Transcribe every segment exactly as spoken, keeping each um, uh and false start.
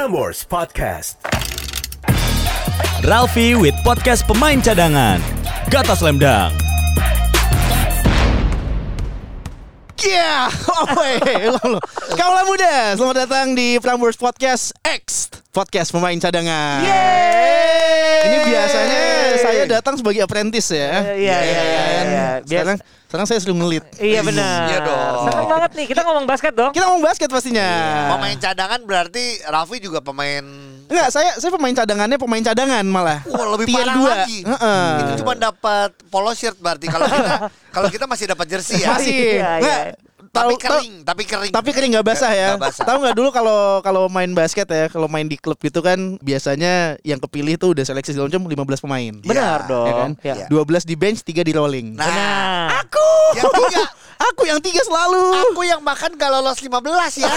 Prambors Podcast. Ralfi with podcast pemain cadangan. Gata Slam Dunk. Yeah, oh Kaulah muda, selamat datang di Prambors Podcast X, podcast pemain cadangan. Yeay. Ini biasanya saya datang sebagai apprentice ya. Iya iya iya. Sekarang sekarang saya sering ngelit. Iya benar. Iya dong. Seneng banget nih, kita ngomong basket dong. Kita ngomong basket pastinya. Pemain cadangan berarti Raffi juga pemain. Enggak, saya saya pemain cadangannya pemain cadangan malah. Wah, lebih Tier parah dua. lagi. Heeh. Itu cuma dapat polo shirt berarti kalau kita kalau kita masih dapat jersey ya. Masih. Iya, Nggak, iya. Tapi tahu- kering, tapi kering. Tapi kering nggak basah ya. Nggak basah. Tahu nggak dulu kalau kalau main basket ya, kalau main di klub gitu kan biasanya yang kepilih tuh udah seleksi segala macam lima belas pemain. Benar Iya, dong. Ya kan? Iya. dua belas di bench, tiga di rolling. Nah, Nah. Aku. yang tiga, Aku yang tiga selalu. aku yang makan gak lolos lima belas ya.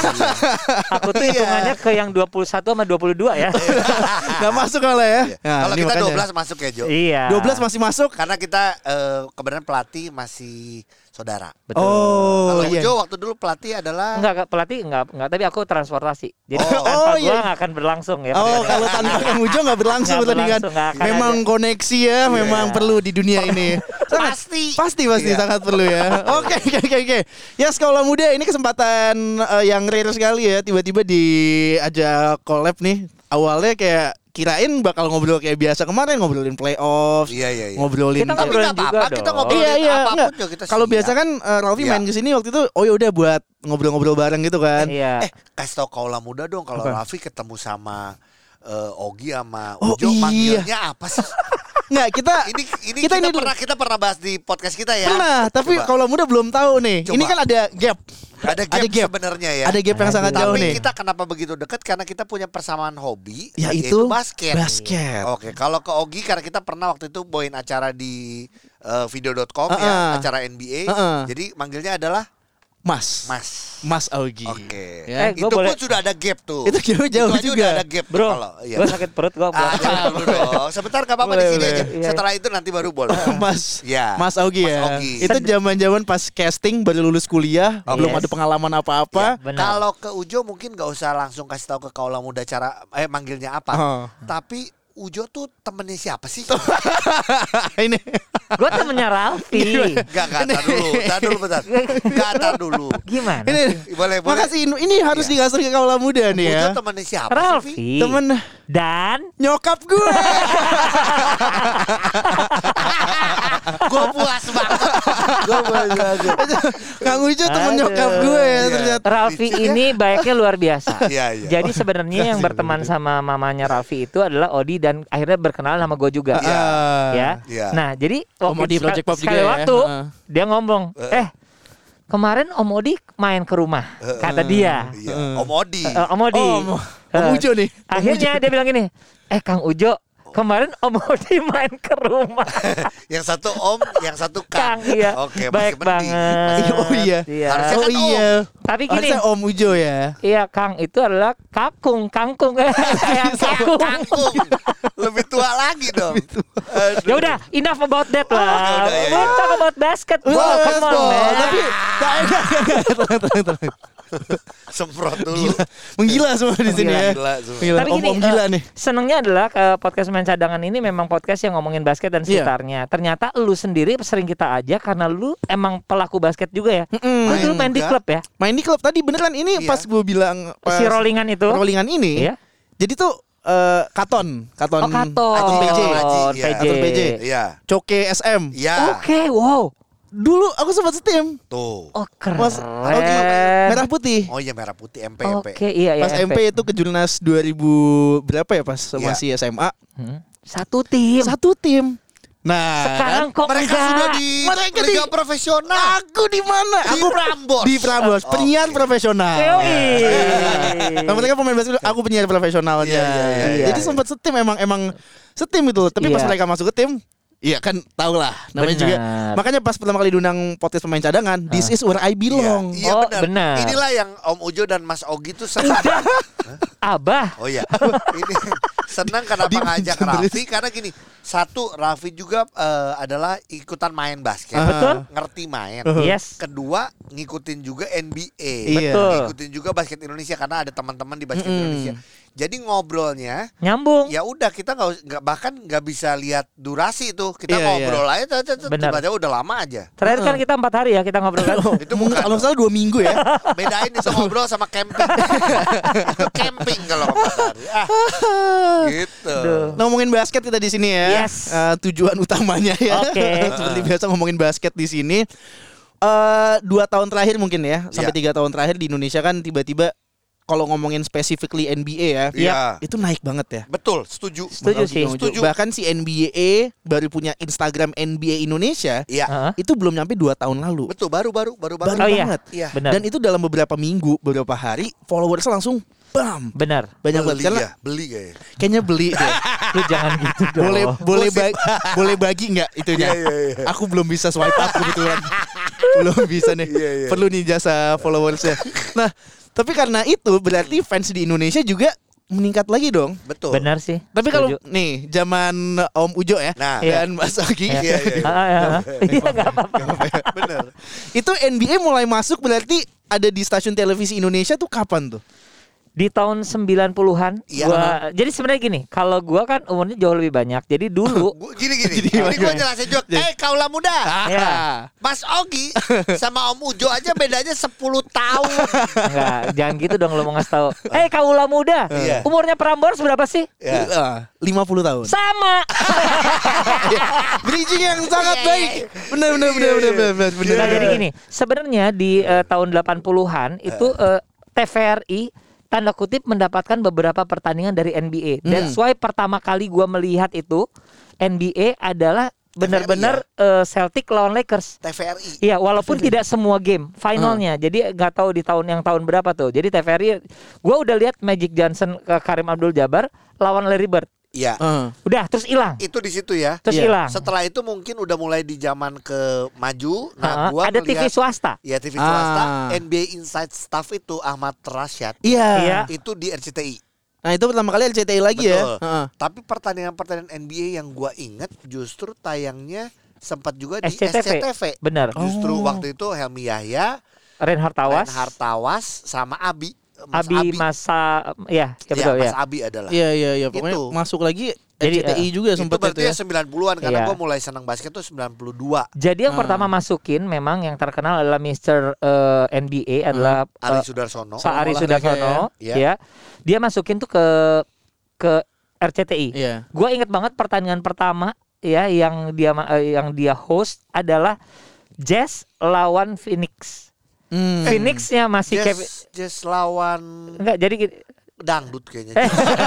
Aku tuh hitungannya ke yang dua puluh satu sama dua puluh dua ya. Gak masuk malah ya. Nah, Kalau ini kita makanya. dua belas masuk ya, Jo. Iya. dua belas masih masuk. Karena kita eh, kebetulan pelatih masih saudara. Betul. Oh, Kalau iya. Ujo waktu dulu pelatih adalah Enggak, Kak, pelatih enggak enggak, tapi aku transportasi. Jadi Oh. tanpa Oh, gua iya. enggak akan berlangsung ya. Oh, kalau tanpa Kang Ujo nggak berlangsung Nggak pertandingan. berlangsung, nggak akan Memang ada. koneksi ya, memang perlu di dunia ini. Sangat, Pasti. pasti, pasti Iya. sangat perlu ya. Oke, oke, oke, oke. Ya sekolah muda ini kesempatan eh, yang rare sekali ya. Tiba-tiba diajak collab nih. Awalnya kayak kirain bakal ngobrol kayak biasa kemarin, ngobrolin playoffs, Iya, iya, iya. ngobrolin. Kita Tapi ngobrolin nggak apa-apa, juga kita dong. ngobrolin Iya iya apapun enggak. juga kita Kalau siap. biasa kan uh, Ralfi Iya. main kesini waktu itu oh ya udah buat ngobrol-ngobrol bareng gitu kan. Iya. Eh, kasih tau kaulah muda dong kalau Apa? Raffi ketemu sama eh, Ogi sama Oh, Ujo iya. manggilnya apa sih? Enggak, kita Ini ini kita kita, ini dulu. pernah kita pernah bahas di podcast kita ya. pernah, tapi Coba. kalau muda belum tahu nih. Coba. Ini kan ada gap. ada gap, ada gap. sebenarnya ya. Ada gap yang sangat Tapi jauh nih. kita kenapa begitu dekat? Karena kita punya persamaan hobi, Yaitu basket. basket. Oke, kalau ke Ogi karena kita pernah waktu itu bawain acara di uh, video dot com Uh-uh. ya, acara N B A. Uh-uh. Jadi manggilnya adalah Mas. Mas. Mas Augie. Oke. Ya. Eh, gua itu boleh- pun sudah ada gap tuh. Itu jauh- jauh Itu aja juga. udah ada gap Bro, kalau iya. gua sakit perut gua. Ah, jangan dulu dong. Sebentar gak apa-apa di Boleh, sini boleh. aja. Iya. Setelah itu nanti baru boleh. Mas, Ya. Mas Augie Mas ya. Augie. Itu zaman-zaman pas casting baru lulus kuliah, Oh, belum yes. ada pengalaman apa-apa. Benar. Kalau ke Ujo mungkin gak usah langsung kasih tahu ke kaulah muda cara eh manggilnya apa. Oh. Tapi Ujo tuh temennya siapa sih? Ini Gua temennya Ralfi. Gak, gak, tar dulu, tar dulu bentar. Gak, tar dulu. Gimana? ini Boleh, boleh. makasih ini, ini harus Iya. dikasih ke kaulah muda nih ya. Ujo temennya siapa sih? Vi? Ralfi. Temen Dan nyokap gue. Gue puas banget. Gue puas banget. Kang Ujo temen Aduh. nyokap gue ya Iya. ternyata. Ralfi ini baiknya luar biasa. Iya, iya. Jadi sebenarnya yang berteman sama mamanya Ralfi itu adalah Odi dan akhirnya berkenalan sama gue juga. Iya. Ya. Iya. Nah, jadi Om Odi sekal- Project Pop juga sekali ya. waktu Heeh. dia ngomong, "Eh, kemarin Om Odi main ke rumah." Kata dia. Iya. Om Odi. Eh, Om Odi. Oh, Om- Om Eh, Ujo nih. Om Akhirnya dia bilang gini, "Eh, Kang Ujo, kemarin Om Odi main ke rumah." Yang satu Om, yang satu Kang, Kang. iya. Oke, Baik masih mending. banget. Oh iya. Iya. Harusnya Oh kan Om. iya. Tapi gini, Harusnya Om Ujo ya. iya Kang itu adalah kakung, kangkung. Kayak kakung. Kangkung. Lebih tua lagi dong. Aduh. Ya udah, enough about that lah. Oke, udah, ya, We'll ya. talk about basketball. Oh, Come on, basketball. man. Tapi tenang, tenang, tenang. Semprot dulu. Gila, menggila semua di sini ya. Gila semua. Gila, Tapi om gini, om gila eh, nih. senengnya adalah eh, podcast main cadangan ini memang podcast yang ngomongin basket dan Iya. sekitarnya. Ternyata lu sendiri sering kita ajak karena lu emang pelaku basket juga ya. Mm-mm. Lu dulu main di juga. klub ya. Main di klub tadi beneran ini Iya. pas gue bilang pas Si rollingan itu. rollingan ini. Iya. Jadi tuh eh, Katon, Katon, Oh, Katon. Katon P J, Haji, iya. P J. Katon P J, Iya. Coke S M. Iya. Oke, wow. Dulu aku sempat setim. Tuh. Oh, keren. Mas Ogi merah putih. Oh iya merah putih M P M P. Oke, iya iya. Pas M P itu ke Jurnas dua ribu berapa ya pas Iya. masih S M A. Hmm. Satu tim. Satu tim. Nah, Sekarang kok Mereka enggak? sudah di Mereka Liga di- Profesional. aku di mana? Di Aku Prambors. di Prambors, Oke. penyiar profesional. Yoi. Nah, mereka pemain basket, aku penyiar profesionalnya. Iya, iya, iya, iya. Jadi sempat setim emang emang setim itu. Tapi pas Iya. mereka masuk ke tim, iya kan tau lah namanya Benar. juga. Makanya pas pertama kali diundang podcast pemain cadangan, this is where I belong. Iya, Oh, benar. benar. Inilah yang Om Ujo dan Mas Ogi tuh senang. Abah. Oh iya. Ini senang kenapa Dia ngajak bener. Raffi karena gini. Satu, Raffi juga eh, adalah ikutan main basket. Betul. Ngerti main. Yes. Kedua, ngikutin juga N B A. Iya. Betul. Ngikutin juga basket Indonesia karena ada teman-teman di basket Mm-mm. Indonesia. Jadi ngobrolnya Nyambung. ya udah kita nggak nggak bahkan nggak bisa lihat durasi itu. Kita Iya, ngobrol aja tuh, tuh, tuh, Benar. tiba-tiba udah lama aja. Terakhir kan kita empat hari ya kita ngobrol kan. Itu bukan. Kalau salah dua minggu ya. Bedain itu ngobrol sama camping. Itu camping kalau empat hari. Ah, gitu. Aduh. Nah, ngomongin basket kita di sini ya. Yes. Eh, tujuan utamanya ya. Oke. Seperti biasa ngomongin basket di sini. Eh dua tahun terakhir mungkin ya, sampai Iya. tiga tahun terakhir di Indonesia kan tiba-tiba kalau ngomongin specifically N B A ya, Iya. itu naik banget ya. Betul, setuju. Setuju sih. Setuju. Bahkan si N B A baru punya Instagram N B A Indonesia, Iya. Heeh. itu belum nyampe dua tahun lalu. Betul, baru baru baru Baru baru. Oh, iya. banget. Iya. Benar. Dan itu dalam beberapa minggu, beberapa hari followersnya langsung bam. Benar. Banyak banget Beli karena ya, beli kayaknya. kayaknya beli deh. Lu jangan gitu dong. boleh boleh Gosip. bagi boleh bagi nggak itunya? Iya, iya, iya. Aku belum bisa swipe up kebetulan. belum bisa nih. Iya, iya. Perlu nih jasa followersnya. Nah, tapi karena itu berarti fans di Indonesia juga meningkat lagi dong. Betul. Benar sih. Tapi kalau Setuju. nih zaman Om Ujo ya Nah, dan Mas Ogi, Iya. Iya, iya, iya. Ah, ah, ah. Iya nggak apa-apa. Bener. itu N B A mulai masuk berarti ada di stasiun televisi Indonesia tuh kapan tuh? Di tahun sembilan puluhan Iya. gua jadi sebenarnya gini, kalau gua kan umurnya jauh lebih banyak. Jadi dulu Gua- Gini gini. Jadi Ini gimana, gue gimana? jelasin juga. Eh, kaulah muda. Ya. Mas Ogi sama Om Ujo aja bedanya sepuluh tahun. enggak, jangan gitu dong lu mau ngasih tahu. Eh, kaula muda. Iya. Umurnya Prambors berapa sih? Ya. Ah, lima puluh tahun. Sama. Bridging yang sangat Iya, baik. iya. Benar benar benar benar benar benar. benar. Nah, jadi gini, sebenarnya di eh, tahun delapan puluhan itu eh, T V R I tanda kutip mendapatkan beberapa pertandingan dari N B A. That's why pertama kali gua melihat itu N B A adalah benar-benar eh, Celtic lawan Lakers. T V R I. Iya, walaupun tidak semua game finalnya. Jadi nggak tahu di tahun yang tahun berapa tuh. Jadi T V R I, gue udah lihat Magic Johnson ke Karim Abdul-Jabbar lawan Larry Bird. Iya. Ah. Udah terus hilang. Itu di situ ya. Terus Iya. hilang. Setelah itu mungkin udah mulai di zaman ke maju. Nah, Heeh, gua ada T V ngeliat- swasta. Ya T V swasta, Ah. N B A Inside Staff itu Ahmad Rasyad. Iya. Iya. Itu di R C T I. Nah, itu pertama kali L C T I lagi ya. Betul. Heeh. Tapi pertandingan-pertandingan N B A yang gua inget justru tayangnya sempat juga di S C T V. S C T V. Benar. Justru Oh. waktu itu Helmi Yahya, Reinhard Tawas, Reinhard Tawas sama Abi. Mas Abi, Masa, ya, ya Ya, betul Mas ya. Abi adalah. Iya iya iya, pokoknya Itu. masuk lagi Jadi, L C T I juga Itu sempat berarti itu ya ya. sembilan puluhan karena Iya. gua mulai senang basket tuh sembilan puluh dua. Jadi yang Ah. pertama masukin memang yang terkenal adalah mister eh, N B A adalah Ali eh, Sudarsono. Pak Ari olahraga Sudarsono, ya. ya. Dia masukin tuh ke ke R C T I. Iya. Gua inget banget pertandingan pertama ya yang dia ma- eh, yang dia host adalah Jazz lawan Phoenix. Hmm. Phoenixnya masih Kevin Just, just lawan enggak jadi gini. dangdut kayaknya.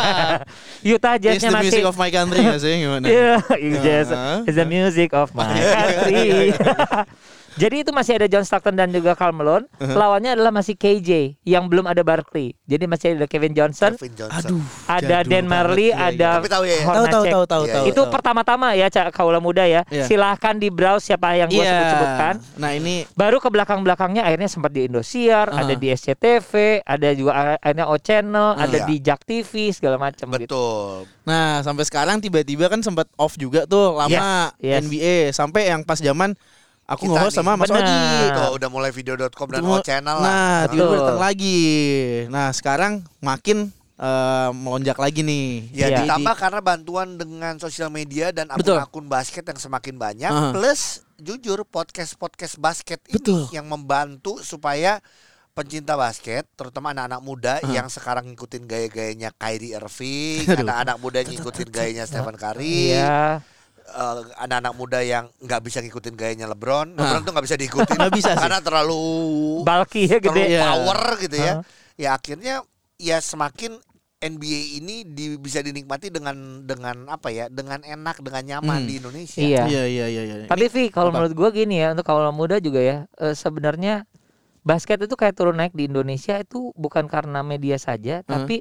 Utah It's Jazznya the masih music of my country nggak sih gimana? Yeah, Jazz Uh-huh. is the music of my country. Jadi itu masih ada John Stockton dan juga Karl Malone. Lawannya adalah masih K J yang belum ada Barkley. Jadi masih ada Kevin Johnson, Kevin Johnson. Aduh. ada jadul Dan Marley, banget. Iya, ada Tapi tahu ya, ya. Tahu tahu Hornacek. tahu tahu Iya, tahu. Itu tahu. pertama-tama ya Cak Kaula Muda ya. Iya. Silahkan di browse siapa yang gue Iya. sebut-sebutkan. Nah, ini Baru ke belakang-belakangnya akhirnya sempat di Indosiar, Ah. ada di S C T V, ada juga akhirnya O Channel, ada Iya. di Jak T V segala macam gitu. Betul. nah sampai sekarang tiba-tiba kan sempat off juga tuh lama Yes, yes. N B A sampai yang pas zaman aku Kita nge-host nih. sama Mas Benar. Ogi. Tuh udah mulai video dot com dan Itu- O Channel lah. Nah, tiba-tiba Betul. datang lagi. Nah, sekarang makin eh, melonjak lagi nih. Ya Iya. ditambah karena bantuan dengan sosial media dan Betul. akun-akun basket yang semakin banyak, Aha. plus jujur podcast-podcast basket ini Betul. yang membantu supaya pencinta basket, terutama anak-anak muda Aha. yang sekarang ngikutin gaya-gayanya Kyrie Irving, Aduh. anak-anak muda yang ngikutin gayanya Stephen Curry, Iya. eh, anak-anak muda yang nggak bisa ngikutin gayanya LeBron, Nah. LeBron tuh nggak bisa diikutin Nggak bisa sih. karena terlalu Bulky ya terlalu gede. Iya. power gitu ya. Hah? Ya akhirnya ya semakin N B A ini di- bisa dinikmati dengan dengan apa ya? Dengan enak, dengan nyaman Hmm. di Indonesia. Iya. Iya, iya, iya, iya. Tapi Vi, kalau apa? menurut gua gini ya, untuk kaula muda juga ya, eh, sebenarnya basket itu kayak turun naik di Indonesia itu bukan karena media saja, tapi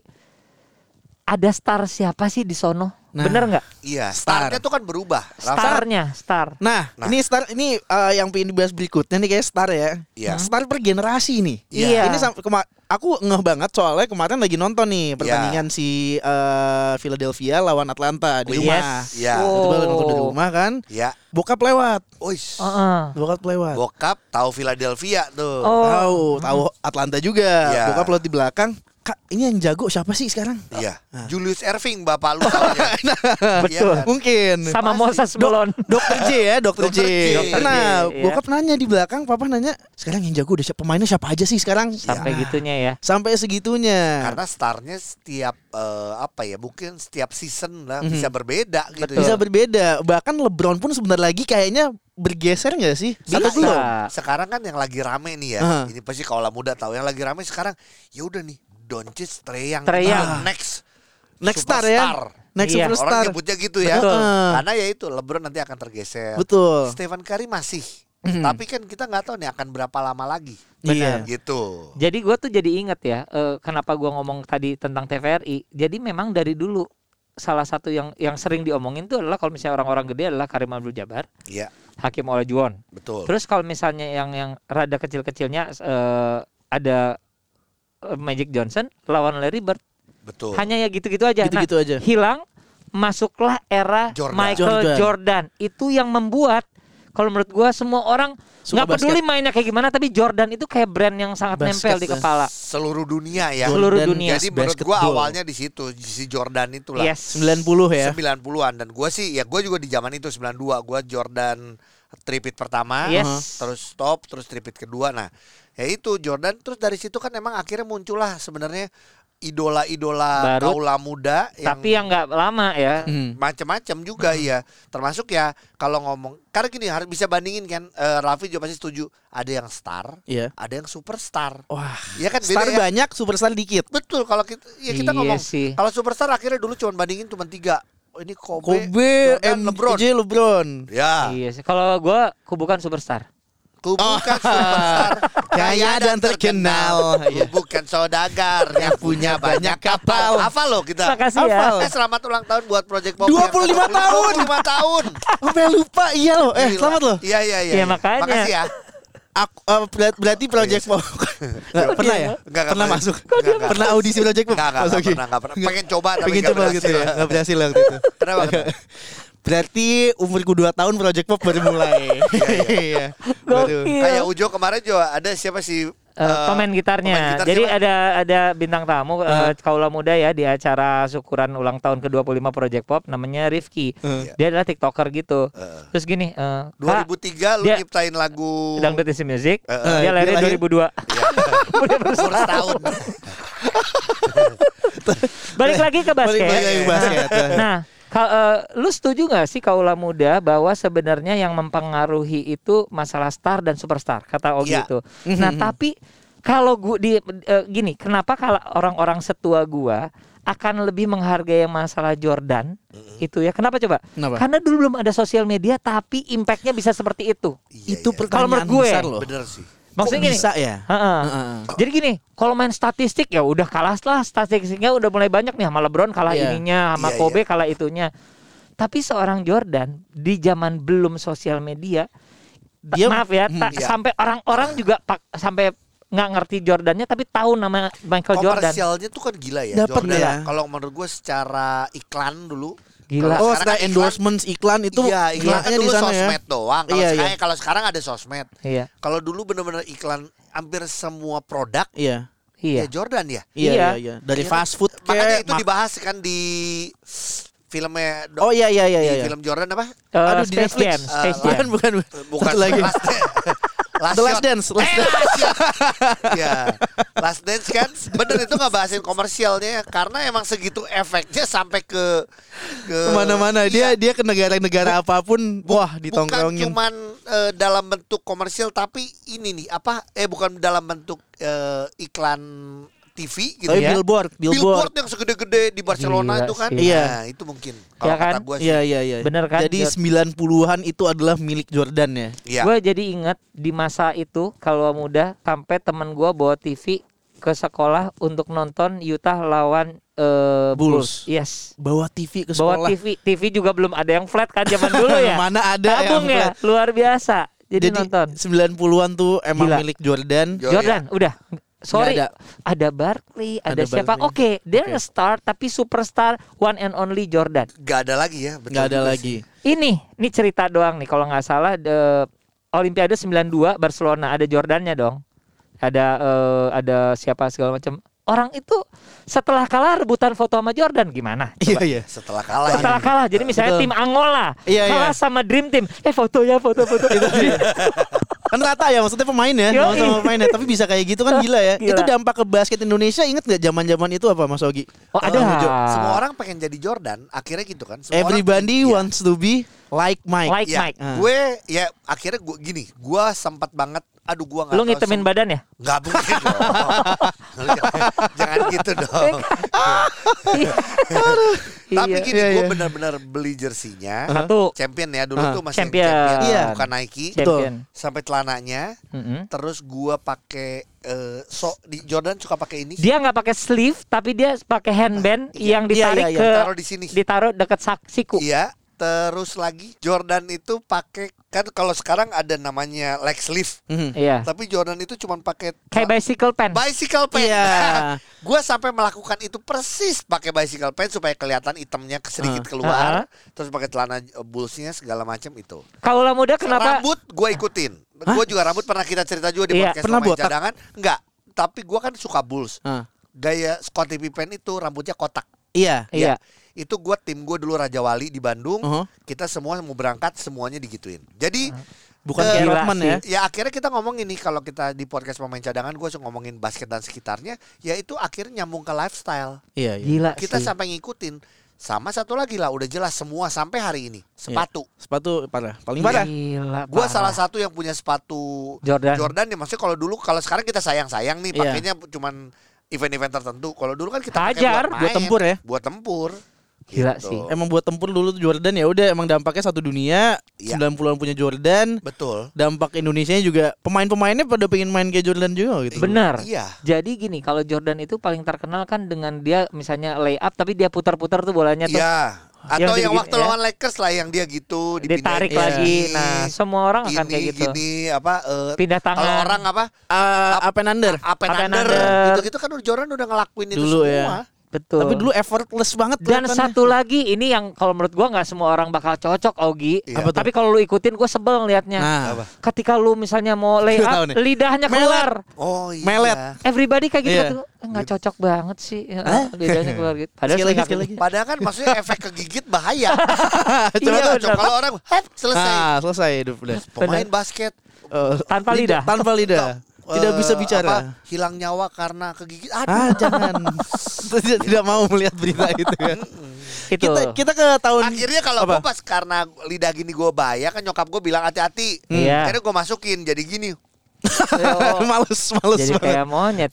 ada star siapa sih di sono? Nah. Bener nggak? Iya, Star. startnya tuh kan berubah. Rafa. Starnya, star. Nah, Nah. ini star ini eh, yang pengen dibahas berikutnya nih kayak star ya. Iya. Star per generasi nih. Iya. Ini sam- kema- aku ngeh banget soalnya kemarin lagi nonton nih pertandingan si eh, Philadelphia lawan Atlanta di Wih, rumah. Yes. Iya. Oh. Itu baru nonton dari rumah kan. Ya. Bokap lewat. Ois. Heeh. Bokap lewat. Bokap tahu Philadelphia tuh. Oh. Tahu, tahu Atlanta juga. Iya. Bokap lewat di belakang. Kak, ini yang jago siapa sih sekarang? Iya. Julius Erving bapak lu taunya. Betul. Iya kan? Mungkin. Sama Pasti. Moses Belon. Dokter J ya, Dokter J. Dokter J. Dokter Nah, J, iya. bokap nanya di belakang, papa nanya, sekarang yang jago udah siapa, pemainnya siapa aja sih sekarang? Sampai Ya, gitunya ya. sampai segitunya. Karena starnya setiap eh, apa ya, mungkin setiap season lah Mhm. bisa berbeda gitu Betul. bisa ya. berbeda. Bahkan LeBron pun sebentar lagi kayaknya bergeser nggak sih? Atau Bisa. belum? Sekarang kan yang lagi rame nih ya. Aha. Ini pasti kaulah muda tahu yang lagi rame sekarang. Ya udah nih, Doncic, Trae Young, Trae Young. Nah, next Next star ya. superstar. Next Iya. Orang superstar. nyebutnya gitu ya. Betul. Karena ya itu LeBron nanti akan tergeser. Betul. Stephen Curry masih. Mhm. Tapi kan kita nggak tahu nih akan berapa lama lagi. Iya. Gitu. Jadi gue tuh jadi inget ya, eh, kenapa gue ngomong tadi tentang T V R I. Jadi memang dari dulu salah satu yang yang sering diomongin tuh adalah kalau misalnya orang-orang gede adalah Karim Abdul-Jabbar, Iya, Hakim Olajuwon. betul. Terus kalau misalnya yang yang rada kecil-kecilnya eh, ada eh, Magic Johnson lawan Larry Bird. Betul. Hanya ya gitu-gitu aja. Gitu-gitu Nah, aja. hilang, masuklah era Jordan. Michael Jordan. Jordan. Itu yang membuat kalau menurut gua semua orang Suka nggak peduli mainnya kayak gimana, tapi Jordan itu kayak brand yang sangat Basket nempel di ya. kepala. Seluruh dunia ya. Seluruh Jordan dunia. Jadi menurut gua basketball. awalnya di situ si Jordan itulah. Yes. sembilan puluh ya. sembilan puluhan dan gua sih ya gua juga di zaman itu sembilan puluh dua gua Jordan tripit pertama, Yes. terus stop, terus tripit kedua. Nah, ya itu Jordan terus dari situ kan emang akhirnya muncullah sebenarnya idola-idola Baru. kaula muda yang Tapi yang nggak lama ya. Hmm. macam-macam juga ya. Termasuk ya kalau ngomong karena gini harus bisa bandingin kan eh, Raffi juga pasti setuju. Ada yang star, Iya. ada yang superstar. Wah, Ya kan star beda ya. banyak, superstar dikit. Betul kalau kita ya kita Iya ngomong sih. kalau superstar akhirnya dulu cuma bandingin cuma tiga. Oh, ini Kobe, Kobe, Jordan, M LeBron. J, LeBron. Ya, Iya sih. Kalau gua ku bukan superstar. ku bukan superstar, Kaya dan terkenal. Ku Iya. bukan saudagar yang punya banyak kapal. Hafal loh kita. Makasih ya. Hafal. Eh, selamat ulang tahun buat Project Pop. dua yang puluh lima ke- tahun. dua puluh lima tahun. Sampai lupa, iya loh. Eh, Gila. selamat loh. Iya iya iya. Iya, makanya. Makasih ya. Aku, eh, berat- berarti Project Pop. Nggak, pernah ya? Enggak, enggak Pernah pernah. masuk? Enggak, enggak. Pernah audisi Project Pop? Enggak, enggak, Mas enggak Oki? pernah, enggak pernah. Pengen coba tapi Pengen enggak coba gitu berhasil. ya? Nggak berhasil waktu itu. Kenapa? kenapa? Berarti umurku dua tahun Project Pop baru mulai. Iya. Baru. Gokil. Kayak Ujo kemarin juga ada siapa sih? Eh, eh, pemain gitarnya. pemain gitar Jadi siapa? ada ada bintang tamu eh, kaula muda ya di acara syukuran ulang tahun ke dua puluh lima Project Pop namanya Rifki. Eh. Dia adalah TikToker gitu. Eh. Terus gini, eh, dua Kak, ribu tiga lu dia- nyiptain lagu Dangdut Isi Music. Eh, eh, dia lahir dia lahir- dua ribu dua. Udah umur setahun. Balik lagi ke basket. Balik lagi ke basket. Nah, ka- eh, lu setuju nggak sih kaula muda bahwa sebenarnya yang mempengaruhi itu masalah star dan superstar kata Ogi Iya. itu. Nah, tapi kalau gua di eh, gini, kenapa kalau orang-orang setua gua akan lebih menghargai yang masalah Jordan itu ya? Kenapa coba? Kenapa? Karena dulu belum ada sosial media tapi impactnya bisa seperti itu. Iya, Itu iya. pertanyaan Kalau menurut gue, besar loh. Bener sih. Maksudnya Kok gini. bisa ya? Heeh. Heeh. Jadi gini, kalau main statistik ya udah kalah lah, statistiknya udah mulai banyak nih sama LeBron kalah Iya. ininya, sama Iya, Kobe iya. kalah itunya. Tapi seorang Jordan di zaman belum sosial media, ta- Dia- maaf ya, hmm, ta- iya. sampai orang-orang juga pak, sampai nggak ngerti Jordannya tapi tahu nama Michael Jordan. Komersialnya tuh kan gila ya. Dapet Jordan. ya. Kalau menurut gue secara iklan dulu. Gila. Kalau Oh, sekarang setelah kan endorsements iklan itu iya, iklan kan gilanya dulu di sana ya. sosmed doang. Kalau Iya, sekarang iya. kalau sekarang ada sosmed. Iya, Kalau dulu bener-bener iklan hampir semua produk Iya. iya. ya Jordan ya. Iya, Iya. iya, iya. Dari Iya, fast food Makanya kayak itu dibahas kan di filmnya Oh iya iya iya di iya. film Jordan apa? Eh, Aduh, di Space Netflix. Jam, Eh, Space Bukan Jam. bukan. Bukan Satu lagi. Last, Last The Last Shot. Dance, Last eh, Dance. Last Shot. Ya, Last Dance kan bener itu nggak bahasin komersialnya karena emang segitu efeknya sampai ke ke Kemana-mana dia Iya. dia ke negara-negara apapun wah Bukan ditongkrongin. cuman eh, dalam bentuk komersial tapi ini nih apa eh bukan dalam bentuk eh, iklan T V gitu Oh, ya. billboard, Billboard billboard. yang segede-gede di Barcelona Gila itu kan. sih. Iya. Nah, itu mungkin kalau Ya kan? kata gue sih. Iya iya iya. Bener kan? Jadi Jor- sembilan puluhan itu adalah milik Jordan ya. Iya. Gue jadi ingat di masa itu kalau muda sampai temen gue bawa T V ke sekolah untuk nonton Utah lawan eh, Bulls. Bulls. Yes. Bawa T V ke Bawa sekolah. T V, T V juga belum ada yang flat kan zaman dulu ya. Mana ada Tabung yang ya, flat. luar biasa. Jadi, Jadi nonton. sembilan puluhan tuh emang Gila. milik Jordan. Jo- Jordan, udah. Sorry, Nggak ada. ada. Barkley, ada, Ada siapa? Barkley. Oke, dia Oke. nge-star tapi superstar one and only Jordan. Gak ada lagi ya. betul Nggak ada juga lagi. sih. Ini, ini cerita doang nih kalau nggak salah the Olimpiade sembilan puluh dua Barcelona ada Jordannya dong. Ada eh, ada siapa segala macam. orang itu setelah kalah rebutan foto sama Jordan gimana? Iya Coba. iya. Setelah kalah. Setelah ya. kalah, jadi misalnya Betul. tim Angola Iya, kalah iya. sama Dream Team, eh foto ya foto-foto itu. Kan rata ya maksudnya pemain ya, Yoi. sama-sama pemain ya. Tapi bisa kayak gitu kan gila ya. Gila. Itu dampak ke basket Indonesia, inget nggak zaman-zaman itu apa Mas Ogi? Oh ada. Semua orang pengen jadi Jordan, akhirnya gitu kan. Semua Everybody orang, wants to be like Mike. Like ya, Mike. ya, gue ya akhirnya gue gini, gue sempat banget. Aduh, gue nggak. Lu tahu ngitemin sem- badan ya? Nggak mungkin dong. Jangan gitu dong. Tapi Iya. gini, Iya, gue iya. benar-benar beli jersinya. Satu. Champion ya dulu Uh-huh. tuh masih Champion. champion, Iya. bukan Nike. Champion. Sampai celananya. Mm-mm. Terus gue pakai eh, so di Jordan suka pakai ini. Dia nggak pakai sleeve tapi dia pakai handband Iya. yang ditarik Iya, iya, iya. ke Taruh di sini. ditaruh dekat sak- siku. Iya. Terus lagi Jordan itu pakai kan kalau sekarang ada namanya leg sleeve. Mhm. Iya. Tapi Jordan itu cuma pakai Kayak bicycle pen. bicycle pen. Iya. Gue sampai melakukan itu persis pakai bicycle pen supaya kelihatan itemnya sedikit Ah. keluar. Ah. Terus pakai celana uh, bullsnya segala macam itu. Kaulah muda kenapa? Rambut gue ikutin. Gue juga rambut pernah kita cerita juga di Iya. podcast Pernah Pemain botak? Cadangan. Enggak. Tapi gue kan suka Bulls. Ah. Gaya Scottie Pippen itu rambutnya kotak. Iya. Iya. Itu gue tim gue dulu Raja Wali di Bandung. Uh-huh. Kita semua mau berangkat semuanya digituin. Jadi Bukan Eh, kayak gila Rodman sih. ya. ya akhirnya kita ngomong ini kalau kita di podcast Pemain Cadangan gue ngomongin basket dan sekitarnya, ya itu akhirnya nyambung ke lifestyle. Iya, iya. Gila Kita sih. sampai ngikutin. Sama satu lagi lah udah jelas semua sampai hari ini sepatu. Sepatu parah, paling parah. Gila. Gue parah. salah satu yang punya sepatu Jordan. Jordan ya maksudnya kalau dulu kalau sekarang kita sayang-sayang nih Iya. pakainya cuman event-event tertentu. Kalau dulu kan kita pakai Fajar. buat, Buat main, tempur ya? Buat tempur. Gila Gitu. sih. Emang buat tempur dulu tuh Jordan ya udah emang dampaknya satu dunia. Iya. sembilan puluhan punya Jordan. Betul. Dampak Indonesia juga pemain-pemainnya pada pengen main kayak Jordan juga gitu. Benar. Iya. Jadi gini, kalau Jordan itu paling terkenal kan dengan dia misalnya lay up tapi dia putar-putar tuh bolanya tuh. Iya. Atau Yang yang, digini- waktu ya. lawan Lakers lah yang dia gitu Ditarik dipindahin lagi. gini, Nah, semua orang akan gini, kayak gitu. Gini apa eh, Pindah tangan. kalau orang apa? Uh, up and under. Up and Up and under. under. Gitu-gitu kan Jordan udah ngelakuin itu Dulu semua. ya. Betul. Tapi dulu effortless banget Dan kelihatannya. satu lagi ini yang kalau menurut gua nggak semua orang bakal cocok Ogi. Iya. Apa tuh? Tapi kalau lu ikutin gua sebel ngeliatnya. Nah, Apa? Ketika lu misalnya mau lay Gua tahu up, nih. lidahnya Melet. keluar. Oh iya. Melet. Everybody kayak gitu Iya. tuh eh, nggak cocok banget sih. Ya, Hah? lidahnya keluar gitu. Padahal Sekali lagi, nggak- sekali lagi. Padahal kan maksudnya efek kegigit bahaya. Coba Iya, Iya, benar. kalau orang hep, selesai. Nah, selesai hidup udah. Pemain basket Eh, Tanpa lidah. Tanpa lidah. Tidak eh, bisa bicara. apa, hilang nyawa karena kegigit. Aduh. Ah, jangan. tidak, tidak mau melihat berita itu kan. Itu. Kita kita ke tahun Akhirnya kalau apa? gue pas karena lidah gini gue bahaya kan nyokap gue bilang hati-hati. Iya. Akhirnya gue masukin jadi gini. males, males Jadi banget. kayak monyet.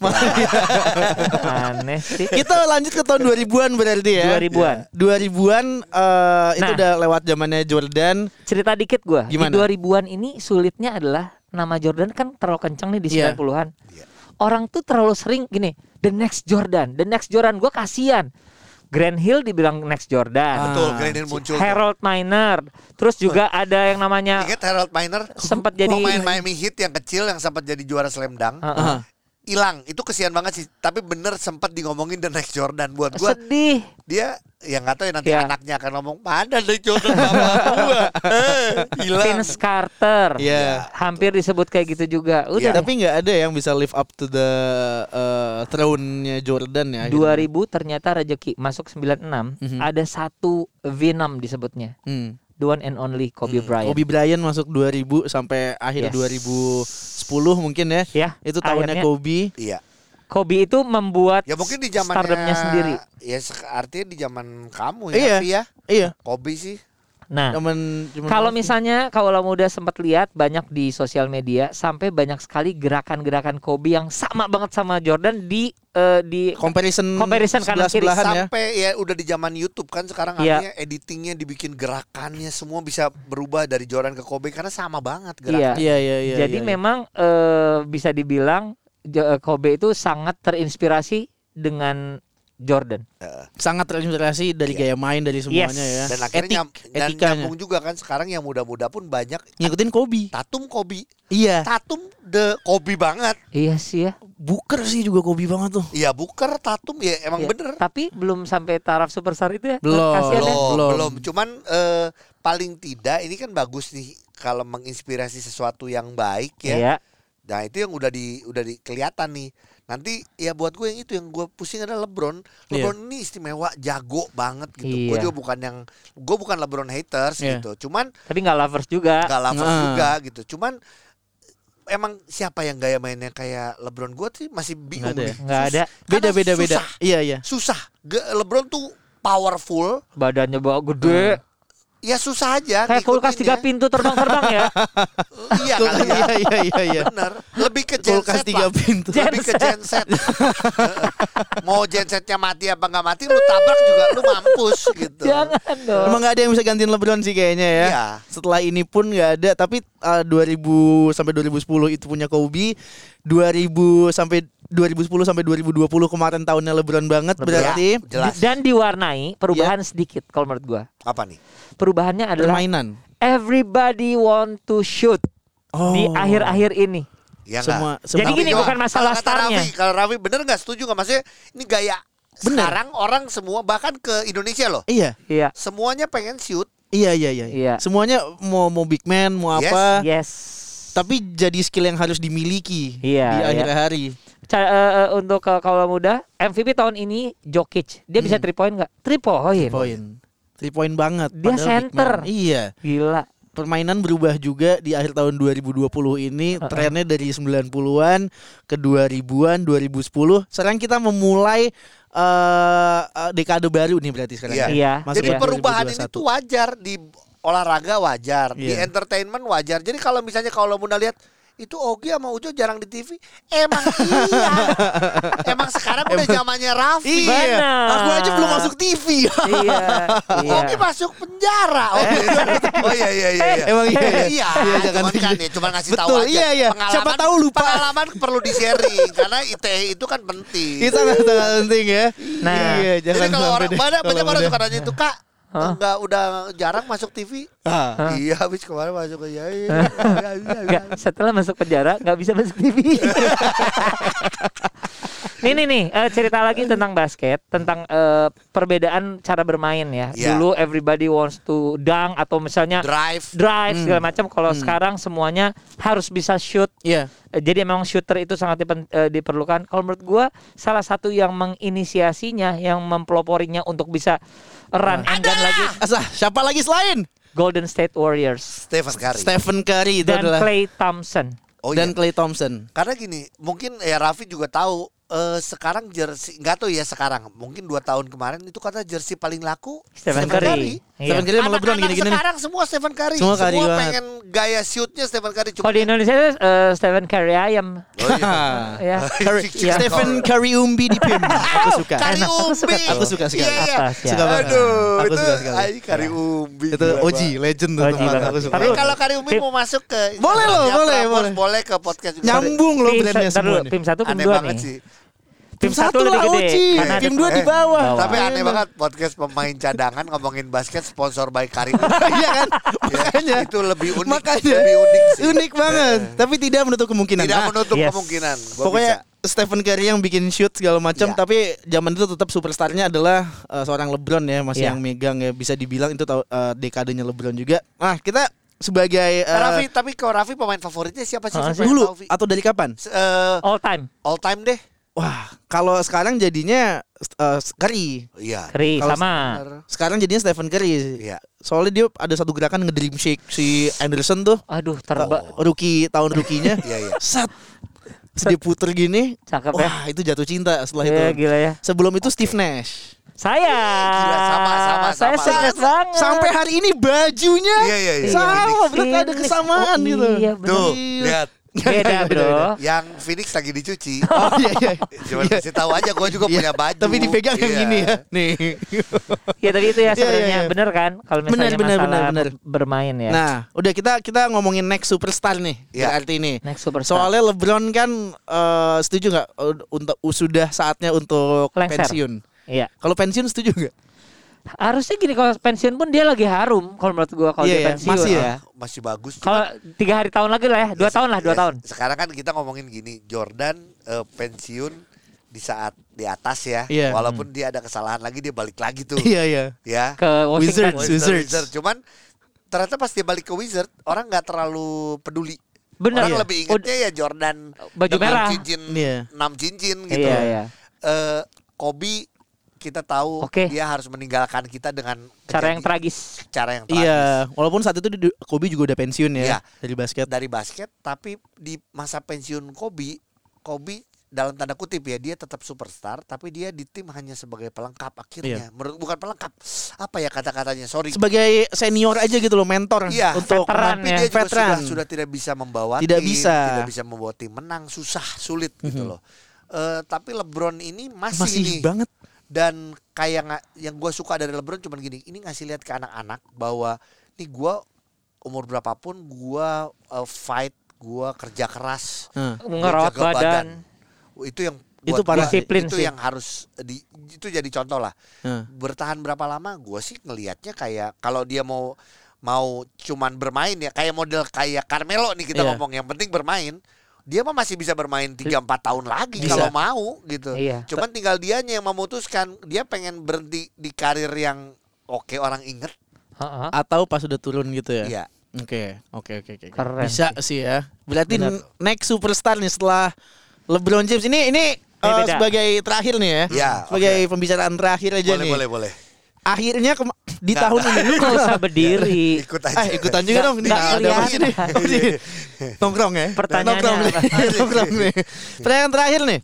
Ya. Aneh sih. Kita lanjut ke tahun dua ribuan berarti ya. dua ribuan. dua ribuan eh, itu Nah. udah lewat zamannya Jordan. Cerita dikit gua. Gimana? Di dua ribuan ini sulitnya adalah nama Jordan kan terlalu kencang nih di Iya. sembilan puluhan. Iya. Orang tuh terlalu sering gini, the next Jordan, the next Jordan. Gua kasihan. Grant Hill dibilang next Jordan. Ah. Betul, Grant Hill muncul. Harold Miner. Terus juga ada yang namanya Ingat Harold Miner sempat jadi pemain Miami Heat yang kecil yang sempat jadi juara slam dunk. Heeh. Hilang, itu kesian banget sih. Tapi bener sempat di ngomongin the next Jordan buat gua. sedih. Dia ya nggak tahu ya nanti Ya. anaknya akan ngomong mana next Jordan bapak gua. Eh, hilang. Vince Carter. Iya. Hampir disebut kayak gitu juga. Udah. Iya. Tapi nggak ada yang bisa live up to the uh, throne-nya Jordan ya. dua ribu ternyata rezeki masuk sembilan puluh enam Mhm. ada satu Venom disebutnya. Hmm. The one and only Kobe Hmm. Bryant. Kobe Bryant masuk dua ribu sampai akhir Yes. dua ribu sepuluh mungkin ya. Ya, Itu tahunnya akhirnya Kobe. Iya. Kobe itu membuat Ya mungkin di zamannya stardomnya sendiri. Ya sek- artinya di zaman kamu ya, Iya. Vi, ya. Iya. Kobe sih. Nah, Cuman, cuman kalau misalnya kalau muda sempat lihat banyak di sosial media sampai banyak sekali gerakan-gerakan Kobe yang sama banget sama Jordan di eh, di comparison Comparison kanan kiri. sebelah-sebelahan ya. Sampai ya udah di zaman YouTube kan sekarang Iya. artinya editingnya dibikin gerakannya semua bisa berubah dari Jordan ke Kobe karena sama banget Iya. gerakannya. Iya iya iya. Jadi iya, iya. memang eh, bisa dibilang Jo- Kobe itu sangat terinspirasi dengan Jordan. sangat terinspirasi dari gaya main dari semuanya Yes. ya. Dan akhirnya Etik, nyam, dan etikanya. nyambung juga kan sekarang yang muda-muda pun banyak Ngikutin Kobe. tatum Kobe. Iya. Tatum the Kobe banget. Iya sih ya. Booker sih juga Kobe banget tuh. Iya Booker tatum ya emang Iya. bener. Tapi belum sampai taraf superstar itu ya. Belum. Kasihan ya. Belum, Belum. belum. Cuman eh, paling tidak ini kan bagus nih kalau menginspirasi sesuatu yang baik ya. Iya. Nah itu yang udah di udah di kelihatan nih. Nanti ya buat gue yang itu yang gue pusing adalah LeBron. LeBron yeah. ini istimewa, jago banget gitu. Iya. Gue juga bukan yang gue bukan LeBron haters Yeah. gitu. Cuman Tapi nggak lovers juga. gak lovers Nah. juga gitu. Cuman emang siapa yang gaya mainnya kayak LeBron, gue sih masih bingung Nggak ada nih. ya? Nggak Sus- ada. Beda karena beda beda. susah, Iya iya. susah. Ge- LeBron tuh powerful. Badannya bawa gede. Ya susah aja. Kayak kulkas tiga ngikutinnya. pintu terbang-terbang ya. Iya kali ya. Iya iya iya iya. Bener. Lebih ke Kulkas genset tiga lah. pintu. Lebih ke genset. Mau gensetnya mati apa nggak mati, lu tabrak juga lu mampus gitu. Jangan dong. Emang gak ada yang bisa gantiin LeBron sih kayaknya ya. Iya. Setelah ini pun gak ada. Tapi uh, dua ribu sampai dua ribu sepuluh itu punya Kobe. dua ribu sampai dua ribu sepuluh sampai dua ribu dua puluh kemarin tahunnya LeBron banget. LeBron. Berarti Ya, jelas. Dan diwarnai perubahan sedikit kalau menurut gua. Apa nih? Perubahannya adalah permainan. everybody want to shoot di Oh. akhir-akhir ini. Ya Semua- nggak? semua- Jadi gini, Tapi bukan kalau masalah kata starnya. Raffi, kalau Raffi bener nggak setuju nggak? Maksudnya ini gaya Bener. sekarang orang semua bahkan ke Indonesia loh. Iya. Iya. Semuanya pengen shoot. Iya iya iya. Iya. Semuanya mau mau big man, mau Yes. apa. Yes. Tapi jadi skill yang harus dimiliki Iya, di iya. akhir hari. Ca- eh, eh, untuk ke kaula muda, M V P tahun ini Jokic. Dia bisa Hmm. three point nggak? Three point. Poin. Three point banget. Dia padahal big center. man. Iya. Gila. Permainan berubah juga di akhir tahun dua ribu dua puluh ini. Uh-uh. Trennya dari sembilan puluhan ke dua ribuan, dua ribu sepuluh. Sekarang kita memulai eh, eh, dekade baru nih berarti sekarang. Iya. ya? Iya. Masuk Jadi ke perubahan dua ribu dua puluh ini satu. tuh wajar di olahraga wajar, di Iya. entertainment wajar. Jadi kalau misalnya kalau Muna lihat itu Ogi sama Ujo jarang di T V, emang iya. Emang sekarang udah zamannya Raffi. Iya. Benar. Aku aja belum masuk T V. Iya. iya. Ogi masuk penjara. Oh, oh iya iya iya. iya. Emang iya. Iya, Iya, iya, jangan cuman kan gitu. ya, cuma ngasih tahu Betul, aja. iya, iya. Pengalaman, Siapa tahu lupa. Pengalaman perlu di-sharing karena I T E itu kan penting. Itu sangat sangat penting ya. Nah. iya, jangan Jadi kalau sampai orang deh. banyak Kalau banyak orang udah- suka nanya itu, Kak, Hah? enggak udah jarang masuk T V. Ah. Iya, habis kemarin masuk ke ya. Iya, iya, iya, iya. Nggak, setelah masuk penjara nggak bisa masuk T V. Nih nih nih eh, cerita lagi tentang basket, tentang eh, perbedaan cara bermain ya. Iya. Dulu everybody wants to dunk atau misalnya Drive. drive segala Hmm. macam. Kalau Hmm. sekarang semuanya harus bisa shoot. Iya. Eh, Jadi memang shooter itu sangat dipen- eh, diperlukan. Kalau menurut gua salah satu yang menginisiasinya, yang mempeloporinya untuk bisa run and gun lagi, Asah, siapa lagi selain Golden State Warriors Stephen Curry. Stephen Curry itu dan adalah Klay Thompson. Oh dan iya. Klay Thompson. Karena gini, mungkin ya Raffi juga tahu eh, sekarang jersey nggak tahu ya sekarang. Mungkin dua tahun kemarin itu kata jersey paling laku Stephen Curry. Iya. Stephen Curry sama LeBron Anak-anak gini-gini nih. sekarang semua Stephen Curry. Semua Curry banget. pengen gaya shootnya Stephen Curry. Cuma Kalau di Indonesia itu eh, Stephen Curry ayam. Oh iya. Ya. Curry, Iya. Stephen Curry Umbi di P I M. Aku suka. Kari Enak, aku suka umbi. tuh. Aku suka sekali. Iya, iya. Atas, ya. Suka banget. Aduh, Aku itu suka sekali. ay, kari umbi. Itu gila O G, banget. legend tuh O G tempat. banget. Aku suka. Tapi Taruh. kalau Kari Umi Pim- mau masuk ke Boleh loh, Instagramnya boleh, Prambors, boleh. boleh ke podcast juga. Nyambung loh Pim, brandnya ntar dulu, semua nih. Pim satu, Pim Aneh dua banget nih. sih. Tim Tim satu satu lebih lah gede. O G, karena tim ada- dua di bawah. Bawah. Tapi aneh Emang. banget podcast pemain cadangan ngomongin basket sponsor by Kari Umi. Iya kan? Ya, Makanya. itu lebih unik. Makanya. Lebih unik sih. Unik banget. Tapi tidak menutup kemungkinan. Tidak Nah, menutup Yes. kemungkinan. Gua Pokoknya bisa. Stephen Curry yang bikin shoot segala macam, Iya. tapi zaman itu tetap superstarnya adalah uh, seorang LeBron ya, masih Iya. yang megang ya, bisa dibilang itu tau- uh, dekadenya LeBron juga. Nah, kita sebagai uh, Raffi, tapi kalau Raffi pemain favoritnya siapa sih? Ah, Fi? dulu Tahu, Fi? atau dari kapan? Se- eh, all time. all time deh. Wah, kalau sekarang jadinya uh, Curry. Iya. Curry Kalau sama. Sekarang jadinya Stephen Curry. Iya. Soalnya dia ada satu gerakan ngedream shake si Anderson tuh, Aduh, terba uh, rookie tahun rookie-nya. Iya, iya. Sat. Terus dia puter gini. cakep ya. Wah, itu jatuh cinta setelah Iya, itu. gila ya. Sebelum itu Steve Nash. Saya. Gila, sama, sama, Saya sama. sukses banget. Sampai hari ini bajunya Iya, iya, iya. sama, berarti ada Phoenix. kesamaan Oh, gitu. Iya, benar. Tuh, Iya. lihat. Beda, Bro. Yang Phoenix lagi dicuci. Oh iya iya. Cuma Iya. kasih tahu aja, gue juga Iya, punya baju. tapi dipegang yang Iya. gini ya. Nih. Ya tapi itu ya Iya, sebenarnya iya, iya. bener kan kalau misalnya Bener, bener, masalah bener, bener. bermain ya. Nah, udah kita kita ngomongin next superstar nih. Iya. Berarti ini. Next superstar. Soalnya LeBron kan eh, setuju nggak uh, untuk sudah saatnya untuk Lengser. pensiun. Iya. Kalau pensiun setuju nggak? Harusnya gini kalau pensiun pun dia lagi harum kalau menurut gua kalau Iya, dia iya. pensiun Masih ya? ya. Masih bagus. Kalau tiga hari tahun lagi lah ya, dua Ya, tahun lah, dua ya, tahun. Sekarang kan kita ngomongin gini, Jordan eh, pensiun di saat di atas ya. Iya. Walaupun dia ada kesalahan lagi, dia balik lagi tuh. Iya iya. Ya. Ke Washington. Wizards. Wizards. Wizards. Cuman ternyata pas dia balik ke Wizard, orang nggak terlalu peduli. Bener. Orang Iya. lebih ingetnya ya Jordan Baju dengan merah. cincin Iya. enam cincin gitu. Iya, iya. Eh, Kobe kita tahu Oke. dia harus meninggalkan kita dengan Cara yang kejadi- tragis. cara yang tragis. Iya, walaupun saat itu di- Kobe juga udah pensiun ya Iya. dari basket. Dari basket, tapi di masa pensiun Kobe, Kobe dalam tanda kutip ya dia tetap superstar, tapi dia di tim hanya sebagai pelengkap akhirnya. Iya. Menurut bukan pelengkap, apa ya kata-katanya? Sorry. Sebagai senior aja gitu loh, mentor Iya, untuk veteran tapi ya. dia juga veteran. sudah, sudah tidak bisa membawa Tidak tim, bisa. tidak bisa membawa tim menang, susah, sulit gitu Mhm. loh. Eh, tapi LeBron ini masih, masih ini banget. dan kayak nga- yang gue suka dari LeBron cuman gini, ini ngasih lihat ke anak-anak bahwa nih gue umur berapapun gue uh, fight, gue kerja keras, Nah, gua Ngerawat jaga badan. itu yang Itu buat parah gua- sih. Disiplin itu sih. yang harus di itu jadi contoh lah. nah. Bertahan berapa lama gue sih ngelihatnya kayak kalau dia mau mau cuman bermain ya kayak model kayak Carmelo nih kita Iya. ngomong, yang penting bermain. Dia mah masih bisa bermain tiga empat tahun lagi Bisa. kalau mau gitu. Iya. Cuman tinggal dianya yang memutuskan dia pengen berhenti di karir yang oke orang inget. Heeh. Atau pas udah turun gitu ya. Iya. Oke, oke, oke, oke. Keren Bisa sih ya. Berarti Benar. next superstar nih setelah LeBron James ini ini Ini eh, beda. sebagai terakhir nih ya. Iya, Sebagai oke. pembicaraan terakhir aja Boleh nih. boleh boleh. Akhirnya kema- di Nggak, tahun nggak. ini Lu gak usah berdiri. Ikut aja. Ah, ikutan juga Nggak- dong. Ini nggak ada apa kelihatan. sih nih? Apa sih? Nongkrong ya. Pertanyaannya Nongkrong nih. apa? Nongkrong nih. Pertanyaan terakhir nih.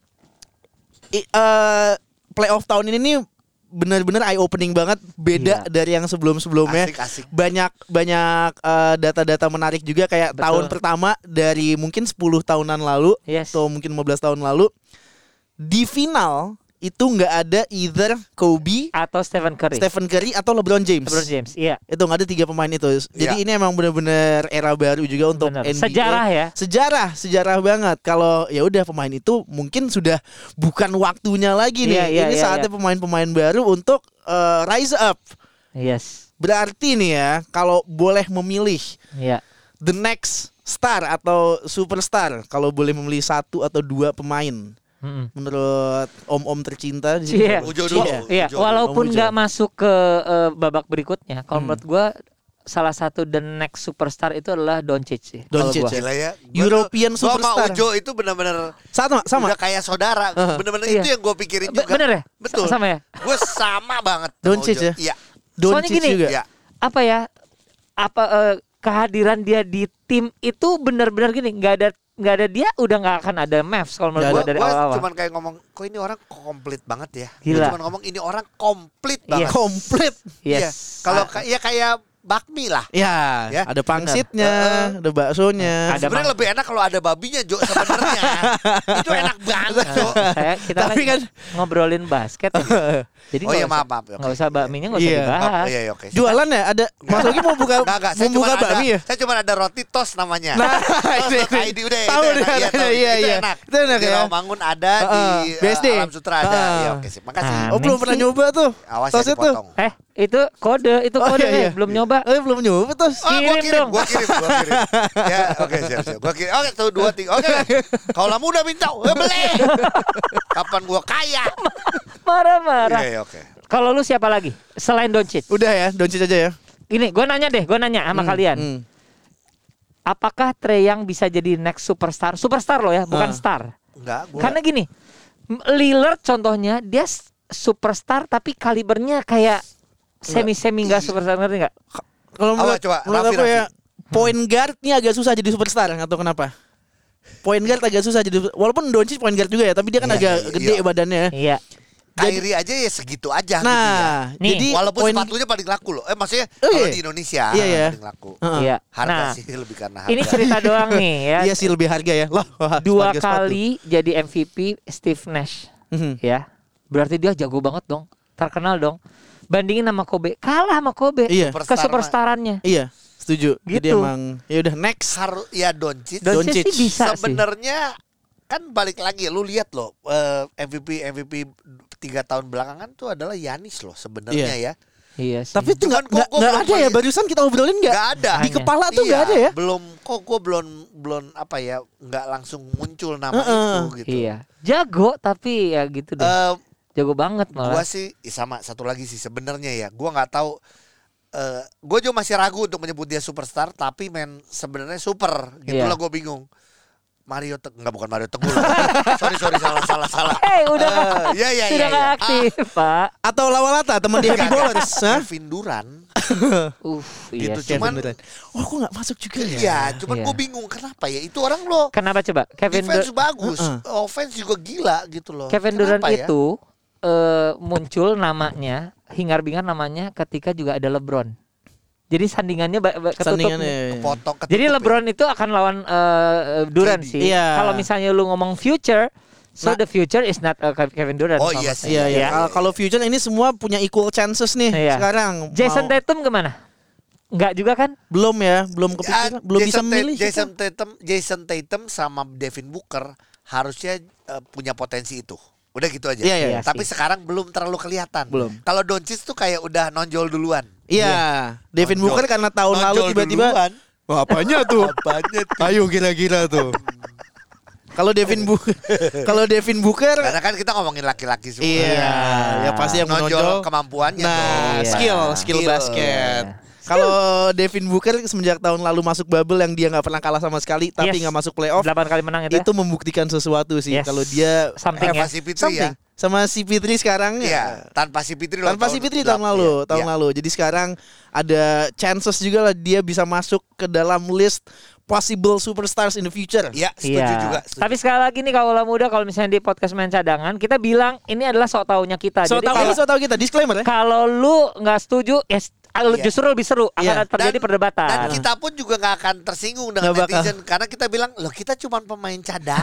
I, eh, playoff tahun ini nih benar-benar eye opening banget, beda Iya. dari yang sebelum-sebelumnya. Asik asik. Banyak banyak eh, data-data menarik juga kayak Betul. tahun pertama dari mungkin sepuluh tahunan lalu Yes. atau mungkin lima belas tahun lalu di final itu nggak ada either Kobe, Atau Stephen Curry. Stephen Curry atau LeBron James. LeBron James. Iya. Itu nggak ada tiga pemain itu. Jadi Iya. ini emang benar-benar era baru juga untuk Bener. N B A. Sejarah ya. Sejarah, sejarah banget. Kalau ya udah pemain itu mungkin sudah bukan waktunya lagi nih. Iya, iya, ini iya, saatnya iya. pemain-pemain baru untuk eh, rise up. Yes. Berarti nih ya, kalau boleh memilih Iya. the next star atau superstar, kalau boleh memilih satu atau dua pemain Mm-mm. menurut om-om tercinta di sini. Iya. Ujo dulu. Iya. Iya, Ujo. walaupun Ujo. nggak masuk ke eh, babak berikutnya, kalau Hmm. menurut gua salah satu the next superstar itu adalah Doncic sih. kalau Doncic gua. ya? Gila ya. Gua European tuh- gua superstar. sama Ujo itu benar-benar Sama, sama. udah kayak saudara. Uh-huh. Bener-bener Iya. itu yang gue pikirin Be- juga. bener ya? Betul. Sama ya? Gue sama banget. sama Doncic Ujo. ya? Iya. Soalnya Doncic gini, juga. Iya. Apa ya? Apa eh, kehadiran dia di tim itu benar-benar gini, nggak ada nggak ada dia udah nggak akan ada Mavs kalau menurut Nggak gua ada. dari Gue awal-awal. cuman kayak ngomong, kok ini orang komplit banget ya. Gua Gila. cuman ngomong ini orang komplit Iya. banget. Komplit. Iya. Yes. Kalau Ah, ka- ya kayak bakmi lah. Ya, Ya, ada pangsitnya, ada baksonya. Ada Sebenarnya mang- lebih enak kalau ada babinya, Jo, sebenarnya. Itu enak banget, Jo. saya kita Tapi kan, kan- ngobrolin basket ya. Jadi Oh nggak iya, usah- maaf, maaf. Oke. nggak usah bakminya nggak usah Iya. Maaf, dibahas. iya, iya, oke. Jualan ya ada. Mas Ogi mau buka Enggak, enggak. mau Saya cuma buka ada, bakmi ya? saya cuma ada roti tos namanya. Nah, Tos itu- dot I D udah. tahu itu deh, enak. Iya, ada, tahu. iya, Itu iya. enak. Itu enak Di ya? Rawamangun ada, di Heeh. B S D? eh, Alam Sutra ada. Heeh. Ya, oke sih. Makasih. Ah. Oh, belum Aneh pernah sih. nyoba tuh. Awas Tos ya itu. dipotong. Eh, itu kode, itu Oh, kode iya, nih, iya. belum nyoba. Eh, belum nyoba tos. Oh, gua Kirim kirim, dong. gua kirim, gua kirim. Ya, oke, siap, siap. Gua kirim. Oke, tuh dua tiga. Oke. Kalau kamu udah minta, gue beli. Kapan gua kaya? Marah-marah. Iya, iya, oke. Kalau lu siapa lagi selain Doncic? Udah ya, Doncic aja ya. Ini gue nanya deh, gue nanya sama Hmm, kalian. hmm. Apakah Trae Young bisa jadi next superstar? Superstar loh ya, bukan Ah. star. Enggak, gua Karena gini, M- Lillard contohnya dia s- superstar tapi kalibernya kayak semi-semi nggak superstar, ngerti nggak? Kalau Apa, menurut, coba, menurut Raffi, aku ya, Raffi. point guard nih agak susah jadi superstar, atau kenapa? Point guard agak susah jadi, walaupun Doncic point guard juga ya, tapi dia kan Iya, agak iya, gede iya. badannya. Iya. Kyrie aja ya segitu aja gitu ya. Nah, Nih, jadi Walaupun point- sepatunya paling laku loh. Eh maksudnya Oh, kalau iya. di Indonesia Iya, iya. paling laku. Heeh. Iya. Harga Nah, sih lebih karena harga. ini cerita doang nih ya. Iya sih lebih harga ya. Loh, wah, Dua harga sepatu. kali jadi M V P Steve Nash, Mhm. ya. Berarti dia jago banget dong, terkenal dong. Bandingin sama Kobe, kalah sama Kobe. Iya. Ke superstarannya. Iya, setuju. Jadi Gitu. emang ya udah next. Harus ya Doncic. Doncic Doncic. sih bisa sih. Sebenarnya kan balik lagi lu lihat loh eh, M V P M V P tiga tahun belakangan tuh adalah Yanis loh sebenarnya ya. Iya sih. Tapi itu Cuman nggak kok nggak gua nggak belum ada ya, melihat- barusan kita obrolin nggak? Nggak ada. Di kepala tuh nggak Iya, ada ya. Belum kok gue belum belum apa ya nggak langsung muncul nama Heeh. itu gitu. Iya. Jago tapi ya gitu deh. Eh, Jago banget gua malah. sih ih, sama satu lagi sih sebenarnya ya. Gua nggak tahu uh, gue juga masih ragu untuk menyebut dia superstar, tapi men sebenarnya super. Gitu Iya. lah gue bingung. Mario Teguh, enggak bukan Mario Teguh. sorry sorry salah salah salah. Eh udah Uh, ya ya sudah ya. nggak ya. aktif Pak. Atau Lawalata teman di Happy Bowlers, hah? Kevin Durant. Uh, iya Gitu, sih. cuman- Kevin Durant. Wah, kok nggak masuk juga ya? Iya, cuman Iya. gue bingung kenapa ya itu orang lo Kenapa coba Kevin defense Dur- bagus, offense juga gila gitu loh. Kevin Durant Kenapa ya? itu eh, muncul namanya hingar-bingar namanya ketika juga ada LeBron. Jadi sandingannya ba- ba- ketutup. Sandingannya. Kepotong, ketutup Jadi ya. LeBron itu akan lawan eh, Durant K D. sih. Iya. Kalau misalnya lu ngomong future, so Nah. the future is not uh, Kevin Durant. Oh, sama iya sekali. sih. Iya, iya. Ya. Kalau- Kalau future ini semua punya equal chances nih Iya. sekarang. Jason Mau- Tatum kemana? Enggak juga kan? belum ya, belum kepikiran, Ah, belum bisa Jason Tat- memilih. Jason siapa. Tatum, Jason Tatum sama Devin Booker harusnya eh, punya potensi itu. Udah gitu aja. Iya, iya. Iya Tapi sih. sekarang belum terlalu kelihatan. Belum. Kalau Doncic tuh kayak udah nonjol duluan. Iya, Devin Nonjol- Booker karena tahun lalu nonjol tiba-tiba. duluan. Wah, apanya tuh? Apanya tuh? Ayo kira-kira tuh. Kalau Devin Booker, kalau Devin Booker, Karena kan kita ngomongin laki-laki semua. iya, ya pasti yang Nonjol menonjol kemampuannya Nah, dong. Iya. skill, skill Skill. basket. Kalau Devin Booker semenjak tahun lalu masuk bubble yang dia nggak pernah kalah sama sekali, tapi Yes. nggak masuk playoff, delapan kali menang itu. ya? itu membuktikan sesuatu sih. Yes. Kalau dia Something Tanpa ya. si Fitri something ya. sama si Fitri sekarang Iya, ya. tanpa si Fitri loh. Tanpa si Fitri tahun lalu, tahun Iya. lalu. Jadi sekarang ada chances juga lah dia bisa masuk ke dalam list possible superstars in the future. Iya, setuju Iya. juga. Setuju. Tapi sekali lagi nih kalau muda kalau misalnya di podcast main cadangan kita bilang ini adalah sok taunya kita. So Jadi tahu kalau ini, so tahu kita disclaimer ya. kalau lu nggak setuju ya s- lu Iya. justru lebih seru akan Iya. terjadi Dan- perdebatan. Dan kita pun juga nggak akan tersinggung dengan Nggak bakal. netizen karena kita bilang loh kita cuma pemain cadangan.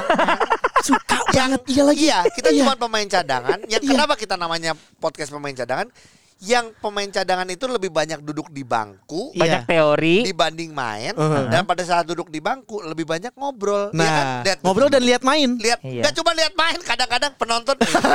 Suka yang banget iya lagi. Iya, kita Iya. cuma pemain cadangan. Yang Iya. kenapa kita namanya podcast pemain cadangan? Yang pemain cadangan itu lebih banyak duduk di bangku Banyak Iya. teori. dibanding main, Uh-huh. dan pada saat duduk di bangku lebih banyak ngobrol. Nah, Ya kan? Lihat- ngobrol dan lihat main. lihat Iya. nggak cuma lihat main, kadang-kadang penonton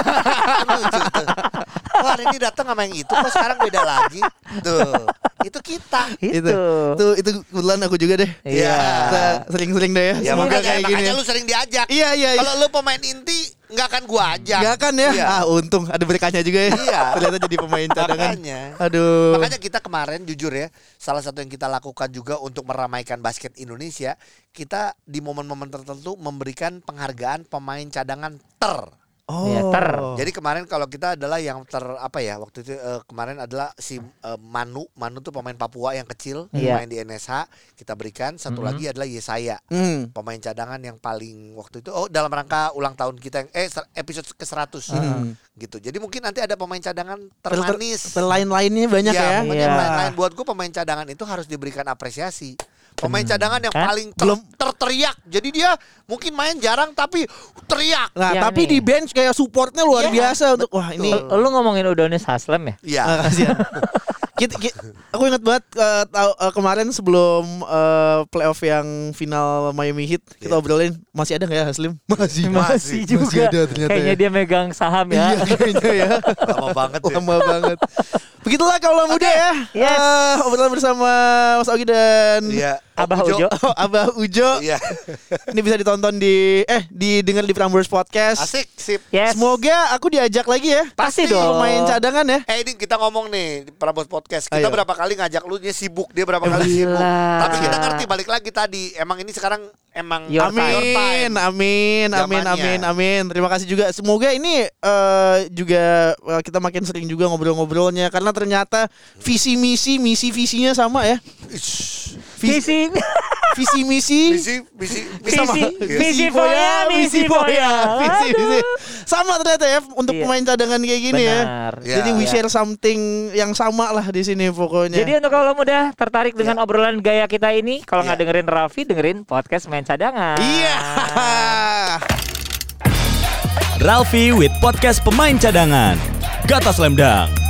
lucu tuh. Oh, hari ini datang sama yang itu kok sekarang beda lagi tuh itu kita Itu. Itu, itu, itu kebetulan aku juga deh. Iya. Kita sering-sering deh ya. ya Semoga makanya, kayak gini. makanya ya. lu sering diajak. Iya, iya, iya. Kalau lu pemain inti nggak akan gua ajak. Gak kan ya? Iya. Ah, untung ada berkahnya juga ya. Iya. Ternyata jadi pemain cadangan. Makanya. Aduh. Makanya kita kemarin jujur ya, salah satu yang kita lakukan juga untuk meramaikan basket Indonesia, kita di momen-momen tertentu memberikan penghargaan pemain cadangan ter. Oh. Iya, ter. Jadi kemarin kalau kita adalah yang ter apa ya waktu itu eh, kemarin adalah si eh, Manu, Manu tuh pemain Papua yang kecil, Iya. main di N S H, kita berikan. Satu Mhm. lagi adalah Yesaya, Hmm. pemain cadangan yang paling waktu itu oh dalam rangka ulang tahun kita yang eh ser- episode ke seratus Mhm. gitu. Jadi mungkin nanti ada pemain cadangan Ter- ter- termanis. Lain-lainnya banyak ya. pokoknya Iya. lain-lain buat gue pemain cadangan itu harus diberikan apresiasi. Pemain cadangan yang Hah? paling ter- Belum- terteriak. Jadi dia mungkin main jarang tapi teriak. Nah, Yang tapi nih. di bench kayak supportnya luar Iya, biasa untuk wah ini betul. Lu ngomongin Udonis Haslem ya? Iya. Ah, kasihan. Kita, ki- aku ingat banget eh, tahu- eh, kemarin sebelum eh, playoff yang final Miami Heat kita Iya. obrolin masih ada nggak ya Haslim? Masih, Masih juga. masih ada ternyata. Kayaknya ya. dia megang saham Iya ya. kayaknya ya. Lama banget ya. Lama banget. Begitulah kaulah muda Oke. ya. Yes. Eh, obrolan bersama Mas Ogi dan Iya. Abah Ujo. Ujo. Oh, Abah Ujo. Iya. Ini bisa ditonton di eh didengar di Prambors Podcast. Asik, sip. Yes. Semoga aku diajak lagi ya. Pasti Pasti dong. Pemain cadangan ya. Eh ini kita ngomong nih di Prambors Podcast. Kita Ayo. berapa kali ngajak lu dia sibuk, dia berapa Emang kali sibuk. gila. Tapi kita ngerti balik lagi tadi. Emang ini sekarang emang Your time. your Amin, time. amin, amin, Zamannya. amin, amin. Terima kasih juga. Semoga ini eh, juga eh, kita makin sering juga ngobrol-ngobrolnya karena ternyata visi misi misi visinya sama ya. Ish. Visi Visi visi misi Visi, visi, Visi, sama. visi foya, misi foya. visi misi. Aduh. Sama ternyata ya untuk Iya. pemain cadangan kayak gini Benar. ya. Jadi we Iya. share something yang sama lah di sini pokoknya. Jadi untuk kalau muda tertarik dengan obrolan gaya kita ini, kalau nggak Iya. dengerin Raffi, dengerin podcast main cadangan. iya. Ralfi with podcast pemain cadangan. Gata Slam Dunk.